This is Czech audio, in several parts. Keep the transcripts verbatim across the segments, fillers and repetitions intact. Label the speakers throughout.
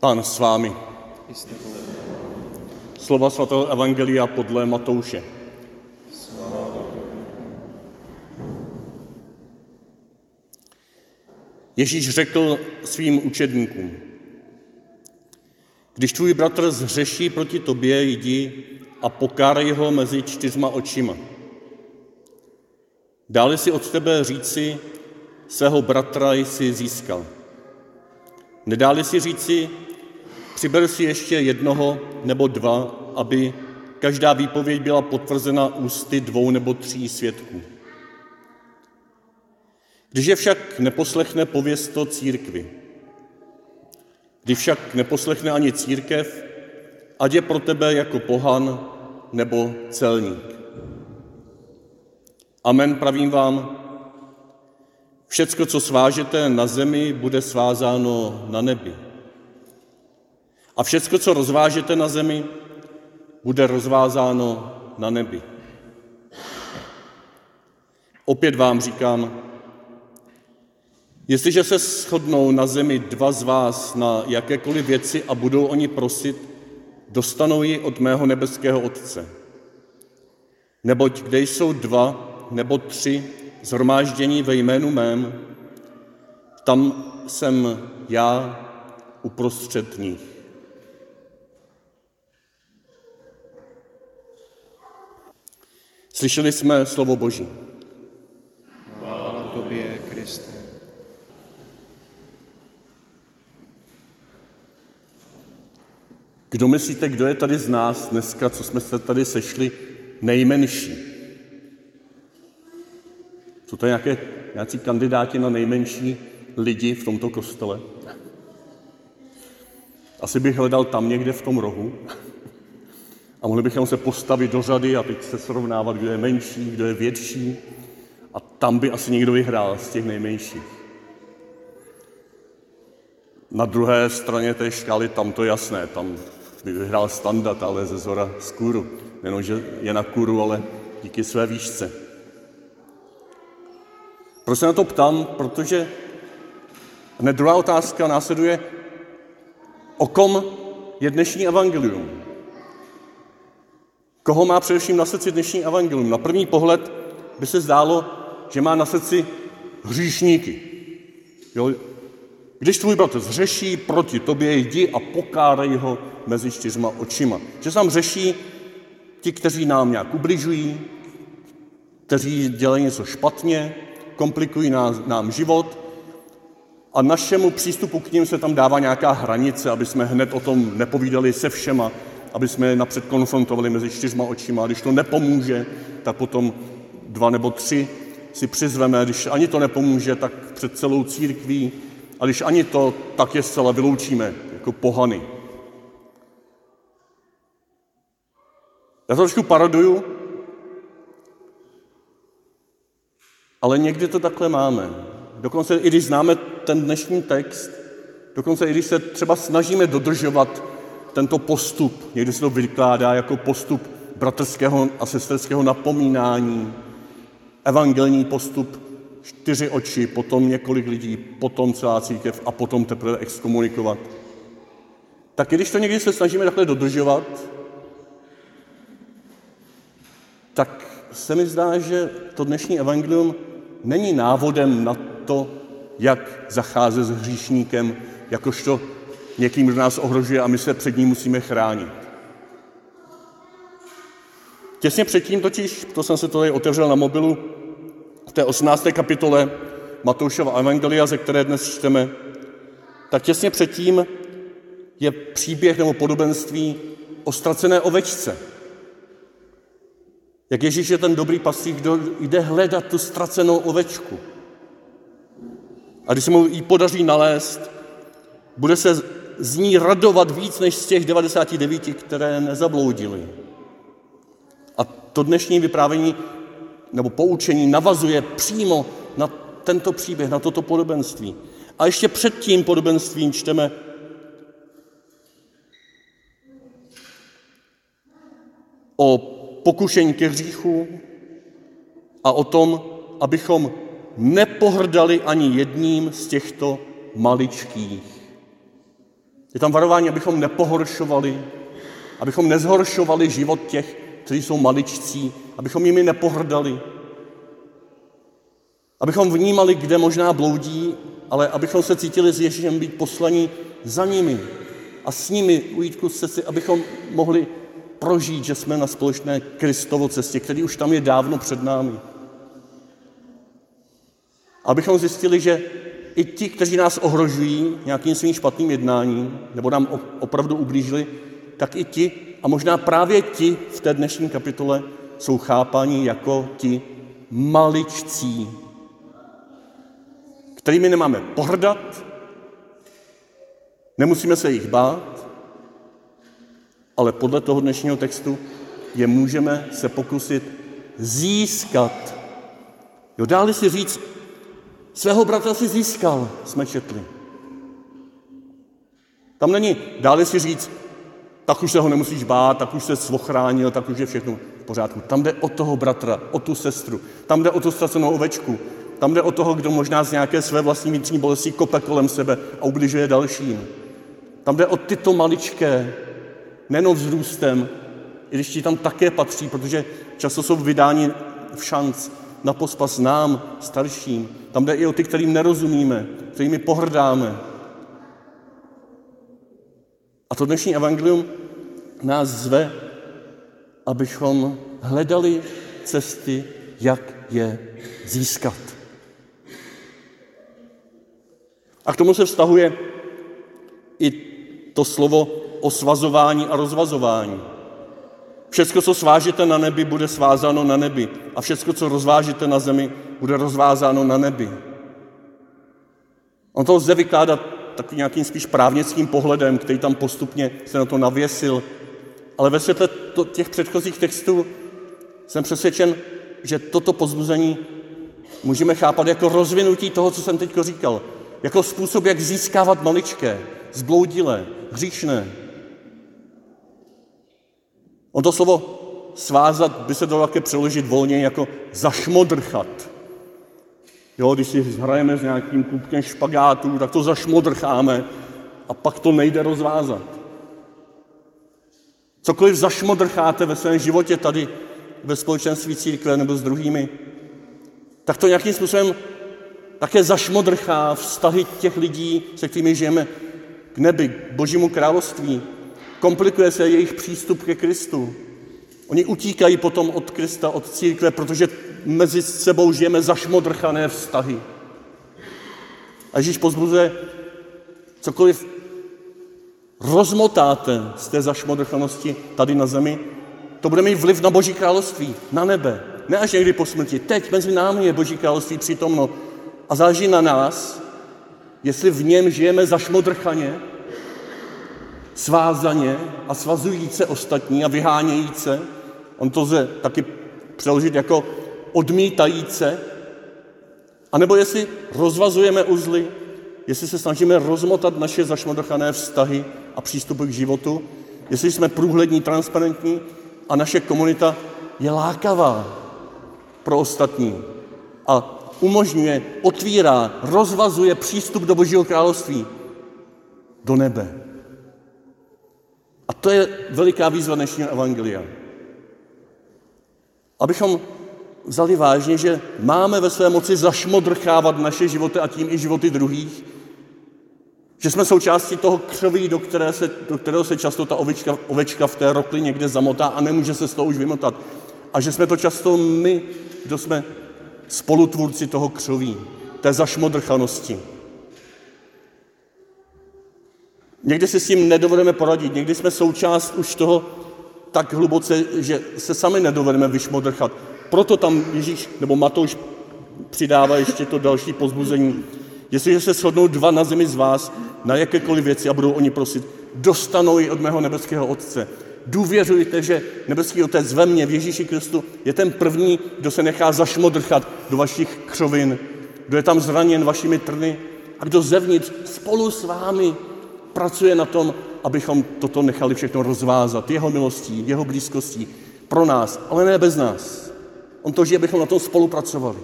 Speaker 1: Pán s vámi. Slova svatého evangelia podle Matouše. Ježíš řekl svým učedníkům: Když tvůj bratr zhřeší proti tobě, jdi a pokárej ho mezi čtyřma očima. Dále si od tebe říci, svého bratra jsi získal. Nedáli si říci, přiber si ještě jednoho nebo dva, aby každá výpověď byla potvrzena ústy dvou nebo tří svědků. Když je však neposlechne, pověz to církvi. Když však neposlechne ani církev, ať je pro tebe jako pohan nebo celník. Amen, pravím vám, všecko, co svážete na zemi, bude svázáno na nebi. A všecko, co rozvážete na zemi, bude rozvázáno na nebi. Opět vám říkám, jestliže se shodnou na zemi dva z vás na jakékoliv věci a budou oni prosit, dostanou ji od mého nebeského Otce. Neboť kde jsou dva nebo tři shromáždění ve jménu mém, tam jsem já uprostřed nich. Slyšeli jsme slovo Boží.
Speaker 2: Chvála tobě, Kriste.
Speaker 1: Kdo myslíte, kdo je tady z nás dneska, co jsme se tady sešli, nejmenší? Jsou to nějaké, nějací kandidáti na nejmenší lidi v tomto kostele? Asi bych hledal tam někde v tom rohu a mohli bychom se postavit do řady a teď se srovnávat, kdo je menší, kdo je větší, a tam by asi někdo vyhrál z těch nejmenších. Na druhé straně té škály tam to je jasné, tam by vyhrál Standard, ale ze zhora z kůru. Nejenom, že je na kůru, ale díky své výšce. Proč se na to ptám? Protože hned druhá otázka následuje, o kom je dnešní evangelium? Koho má především na srdci dnešní evangelium? Na první pohled by se zdálo, že má na srdci hříšníky. Jo? Když tvůj bratr zhřeší proti tobě, jdi a pokárej ho mezi čtyřma očima. Že se tam řeší ti, kteří nám nějak ubližují, kteří dělají něco špatně, komplikují nám, nám život a našemu přístupu k nim se tam dává nějaká hranice, aby jsme hned o tom nepovídali se všema, aby jsme je napřed konfrontovali mezi čtyřma očima. A když to nepomůže, tak potom dva nebo tři si přizveme. Když ani to nepomůže, tak před celou církví. A když ani to, tak je zcela vyloučíme jako pohany. Já to trošku paroduju, ale někdy to takhle máme. Dokonce i když známe ten dnešní text, dokonce i když se třeba snažíme dodržovat tento postup, někdy se to vykládá jako postup bratrského a sesterského napomínání, evangelní postup, čtyři oči, potom několik lidí, potom celá církev a potom teprve exkomunikovat. Tak i když to někdy se snažíme takhle dodržovat, tak se mi zdá, že to dnešní evangelium není návodem na to, jak zacházet s hříšníkem, jakožto někým, kdo nás ohrožuje a my se před ním musíme chránit. Těsně předtím totiž, to jsem se tady otevřel na mobilu, v té osmnácté kapitole Matoušova evangelia, ze které dnes čteme, tak těsně předtím je příběh nebo podobenství o ztracené ovečce. Jak Ježíš je ten dobrý pastýř, kdo jde hledat tu ztracenou ovečku. A když se mu ji podaří nalézt, bude se z ní radovat víc než z těch devadesát devět, které nezabloudily. A to dnešní vyprávění nebo poučení navazuje přímo na tento příběh, na toto podobenství. A ještě před tím podobenstvím čteme o pokušení ke hříchu a o tom, abychom nepohrdali ani jedním z těchto maličkých. Je tam varování, abychom nepohoršovali, abychom nezhoršovali život těch, kteří jsou maličcí, abychom jimi nepohrdali, abychom vnímali, kde možná bloudí, ale abychom se cítili s Ježíšem být poslaní za nimi a s nimi ujít kus cesty, abychom mohli prožít, že jsme na společné Kristovo cestě, který už tam je dávno před námi. Abychom zjistili, že i ti, kteří nás ohrožují nějakým svým špatným jednáním, nebo nám opravdu ublížili, tak i ti, a možná právě ti v té dnešní kapitole, jsou chápáni jako ti maličcí, kterými nemáme pohrdat, nemusíme se jich bát, ale podle toho dnešního textu je můžeme se pokusit získat. Jo, dále si říct, svého bratra si získal, jsme četli. Tam není dále si říct, tak už se ho nemusíš bát, tak už se ochránil, tak už je všechno v pořádku. Tam jde o toho bratra, o tu sestru, tam jde o tu ztracenou ovečku, tam jde o toho, kdo možná z nějaké své vlastní vnitřní bolesti kope kolem sebe a ubližuje dalším. Tam jde o tyto maličké, nejenom vzrůstem, i když ti tam také patří, protože často jsou vydáni v šanc na pospas nám, starším. Tam jde i o ty, kterým nerozumíme, kterými pohrdáme. A to dnešní evangelium nás zve, abychom hledali cesty, jak je získat. A k tomu se vztahuje i to slovo o svazování a rozvazování. Všecko, co svážete na nebi, bude svázáno na nebi. A všecko, co rozvážete na zemi, bude rozvázáno na nebi. On to lze vykládat takovým nějakým spíš právnickým pohledem, který tam postupně se na to navěsil. Ale ve světle to, těch předchozích textů jsem přesvědčen, že toto povzbuzení můžeme chápat jako rozvinutí toho, co jsem teď říkal. Jako způsob, jak získávat maličké, zbloudilé, hříšné. On to slovo svázat by se dalo také přeložit volně jako zašmodrchat. Jo, když si hrajeme s nějakým klubkem špagátů, tak to zašmodrcháme a pak to nejde rozvázat. Cokoliv zašmodrcháte ve svém životě tady ve společenství církve nebo s druhými, tak to nějakým způsobem také zašmodrchá vztahy těch lidí, se kterými žijeme, k nebi, k Božímu království. Komplikuje se jejich přístup ke Kristu. Oni utíkají potom od Krista, od církve, protože mezi sebou žijeme zašmodrchané vztahy. A Ježíš povzbuzuje, cokoliv rozmotáte z té zašmodrchanosti tady na zemi, to bude mít vliv na Boží království, na nebe. Ne až někdy po smrti. Teď mezi námi je Boží království přítomno. A záleží na nás, jestli v něm žijeme zašmodrchaně, svázaně a svazujíce ostatní a vyhánějíce. On to lze taky přeložit jako odmítajíce. A nebo jestli rozvazujeme uzly, jestli se snažíme rozmotat naše zašmodrchané vztahy a přístupy k životu, jestli jsme průhlední, transparentní a naše komunita je lákavá pro ostatní a umožňuje, otvírá, rozvazuje přístup do Božího království, do nebe. A to je veliká výzva dnešního evangelia. Abychom vzali vážně, že máme ve své moci zašmodrchávat naše životy a tím i životy druhých, že jsme součástí toho křoví, do, které se, do kterého se často ta ovečka, ovečka v té rokli někde zamotá a nemůže se z toho už vymotat. A že jsme to často my, kdo jsme spolutvůrci toho křoví, té zašmodrchanosti. Někdy si s tím nedovedeme poradit, někdy jsme součást už toho tak hluboce, že se sami nedovedeme vyšmodrchat. Proto tam Ježíš nebo Matouš přidává ještě to další povzbuzení. Jestliže se shodnou dva na zemi z vás na jakékoliv věci a budou oni prosit, dostanou ji od mého nebeského Otce. Důvěřujte, že nebeský Otec ve mně, v Ježíši Kristu, je ten první, kdo se nechá zašmodrchat do vašich křovin, kdo je tam zraněn vašimi trny a kdo zevnitř spolu s vámi pracuje na tom, abychom toto nechali všechno rozvázat. Jeho milostí, jeho blízkostí pro nás, ale ne bez nás. On to žije, abychom na tom spolupracovali.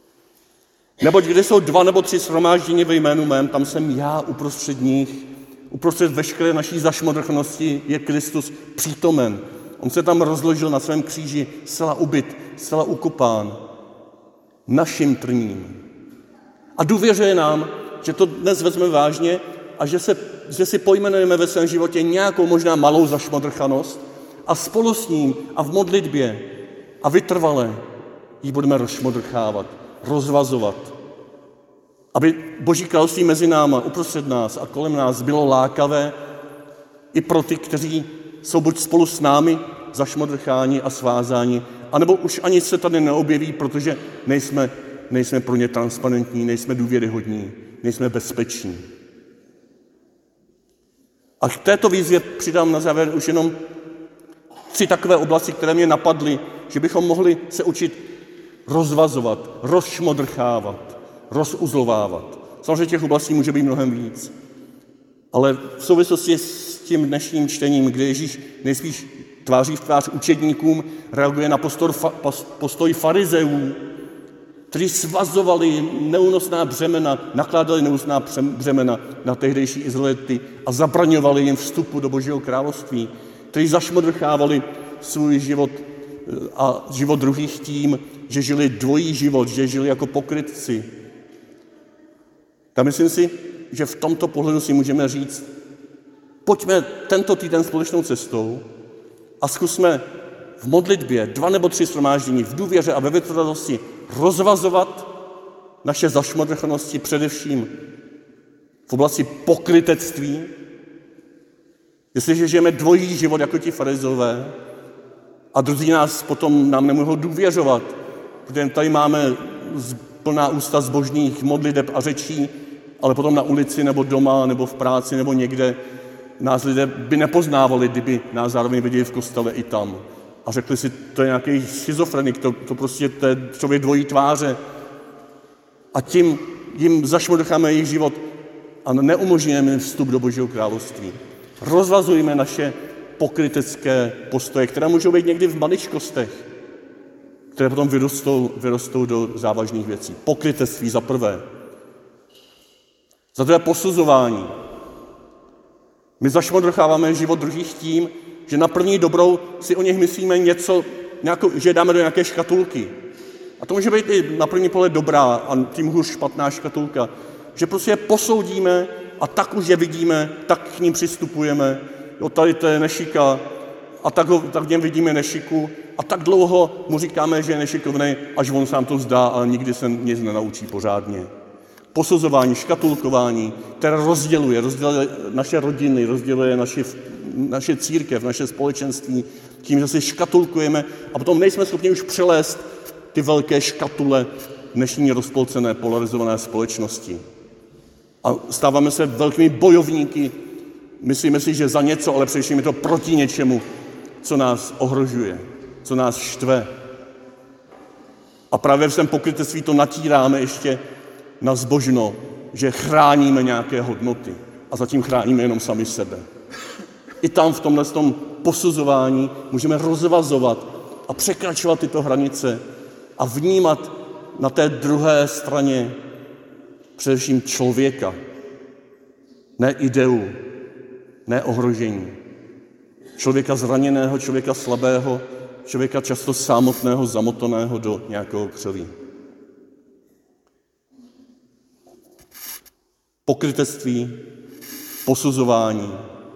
Speaker 1: Neboť kde jsou dva nebo tři shromáždění ve jménu mém, tam jsem já uprostřed nich. Uprostřed veškeré naší zašmodrchnosti je Kristus přítomen. On se tam rozložil na svém kříži, zcela ubyt, zcela ukopán. Naším trním. A důvěřuje nám, že to dnes vezme vážně a že, se, že si pojmenujeme ve svém životě nějakou možná malou zašmodrchanost a spolu s ním a v modlitbě a vytrvale ji budeme rozšmodrchávat, rozvazovat. Aby Boží království mezi náma, uprostřed nás a kolem nás bylo lákavé i pro ty, kteří jsou buď spolu s námi zašmodrcháni a svázáni, anebo už ani se tady neobjeví, protože nejsme, nejsme pro ně transparentní, nejsme důvěryhodní, nejsme bezpeční. A k této výzvě přidám na závěr už jenom tři takové oblasti, které mě napadly, že bychom mohli se učit rozvazovat, rozšmodrchávat, rozuzlovávat. Samozřejmě těch oblastí může být mnohem víc. Ale v souvislosti s tím dnešním čtením, kde Ježíš nejspíš tváří v tvář učedníkům, reaguje na postoj, postoj farizeů, kteří svazovali neúnosná břemena, nakládali neúnosná břemena na tehdejší Izraelity a zabraňovali jim vstupu do Božího království, kteří zašmodrchávali svůj život a život druhých tím, že žili dvojí život, že žili jako pokrytci. Tak myslím si, že v tomto pohledu si můžeme říct, pojďme tento týden společnou cestou a zkusme v modlitbě dva nebo tři shromáždění v důvěře a ve vytrvalosti rozvazovat naše zašmodrchanosti především v oblasti pokrytectví. Jestliže žijeme dvojí život jako ti farizové a druzí nás potom nám nemohou důvěřovat, protože tady máme plná ústa zbožných modliteb a řečí, ale potom na ulici nebo doma nebo v práci nebo někde nás lidé by nepoznávali, kdyby nás zároveň viděli v kostele i tam. A řekli si, to je nějaký schizofrenik, to, to prostě to je člověk dvojí tváře. A tím jim zašmodrcháme jejich život a neumožňujeme vstup do Božího království. Rozvazujeme naše pokrytecké postoje, které můžou být někdy v maličkostech, které potom vyrostou, vyrostou do závažných věcí. Pokrytectví za prvé. Za druhé posuzování. My zašmodrcháváme život druhých tím, že na první dobrou si o nich myslíme něco, nějakou, že dáme do nějaké škatulky. A to může být i na první pohled dobrá a tím hůř špatná škatulka. Že prostě je posoudíme a tak už je vidíme, tak k ním přistupujeme. Jo, tady to je nešika a tak, ho, tak v něm vidíme nešiku a tak dlouho mu říkáme, že je nešikovnej, až on sám to vzdá, ale nikdy se nic nenaučí pořádně. Posuzování, škatulkování, které rozděluje, rozděluje naše rodiny, rozděluje naše, naše církev, naše společenství, tím, že si škatulkujeme a potom nejsme schopni už přelézt ty velké škatule dnešní rozpolcené, polarizované společnosti. A stáváme se velkými bojovníky, myslíme si, že za něco, ale především je to proti něčemu, co nás ohrožuje, co nás štve. A právě v svém pokrytectví to natíráme ještě na zbožno, že chráníme nějaké hodnoty a zatím chráníme jenom sami sebe. I tam v tomhle tom posuzování můžeme rozvazovat a překračovat tyto hranice a vnímat na té druhé straně především člověka, ne ideu, ne ohrožení. Člověka zraněného, člověka slabého, člověka často samotného, zamotaného do nějakého křoví. Pokrytectví, posuzování.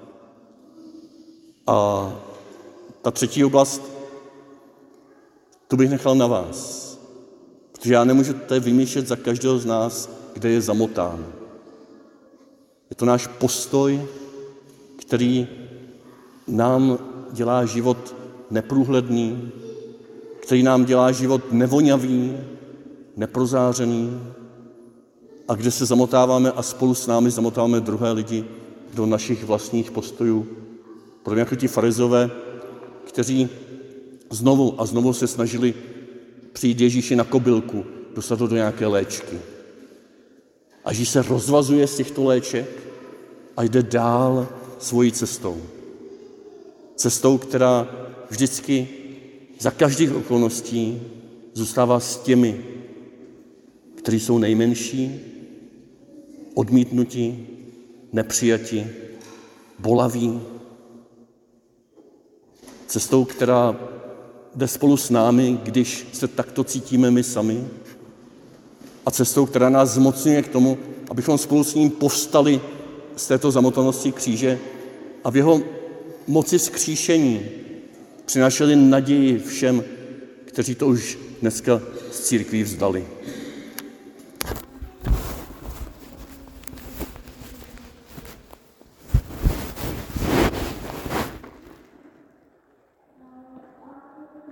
Speaker 1: A ta třetí oblast, tu bych nechal na vás. Protože já nemůžu tady vymýšlet za každého z nás, kde je zamotán. Je to náš postoj, který nám dělá život neprůhledný, který nám dělá život nevonavý, neprozářený a kde se zamotáváme a spolu s námi zamotáváme druhé lidi do našich vlastních postojů. Podobně jako ti farizové, kteří znovu a znovu se snažili přijít Ježíši na kobylku, dostat ho do nějaké léčky. A Ježíš se rozvazuje z těchto léček a jde dál svojí cestou. Cestou, která vždycky za každých okolností zůstává s těmi, kteří jsou nejmenší, odmítnutí, nepřijati bolavý, cestou, která jde spolu s námi, když se takto cítíme my sami, a cestou, která nás zmocňuje k tomu, abychom spolu s ním povstali z této zamotanosti kříže a v jeho moci vzkříšení přinášeli naději všem, kteří to už dneska z církví vzdali.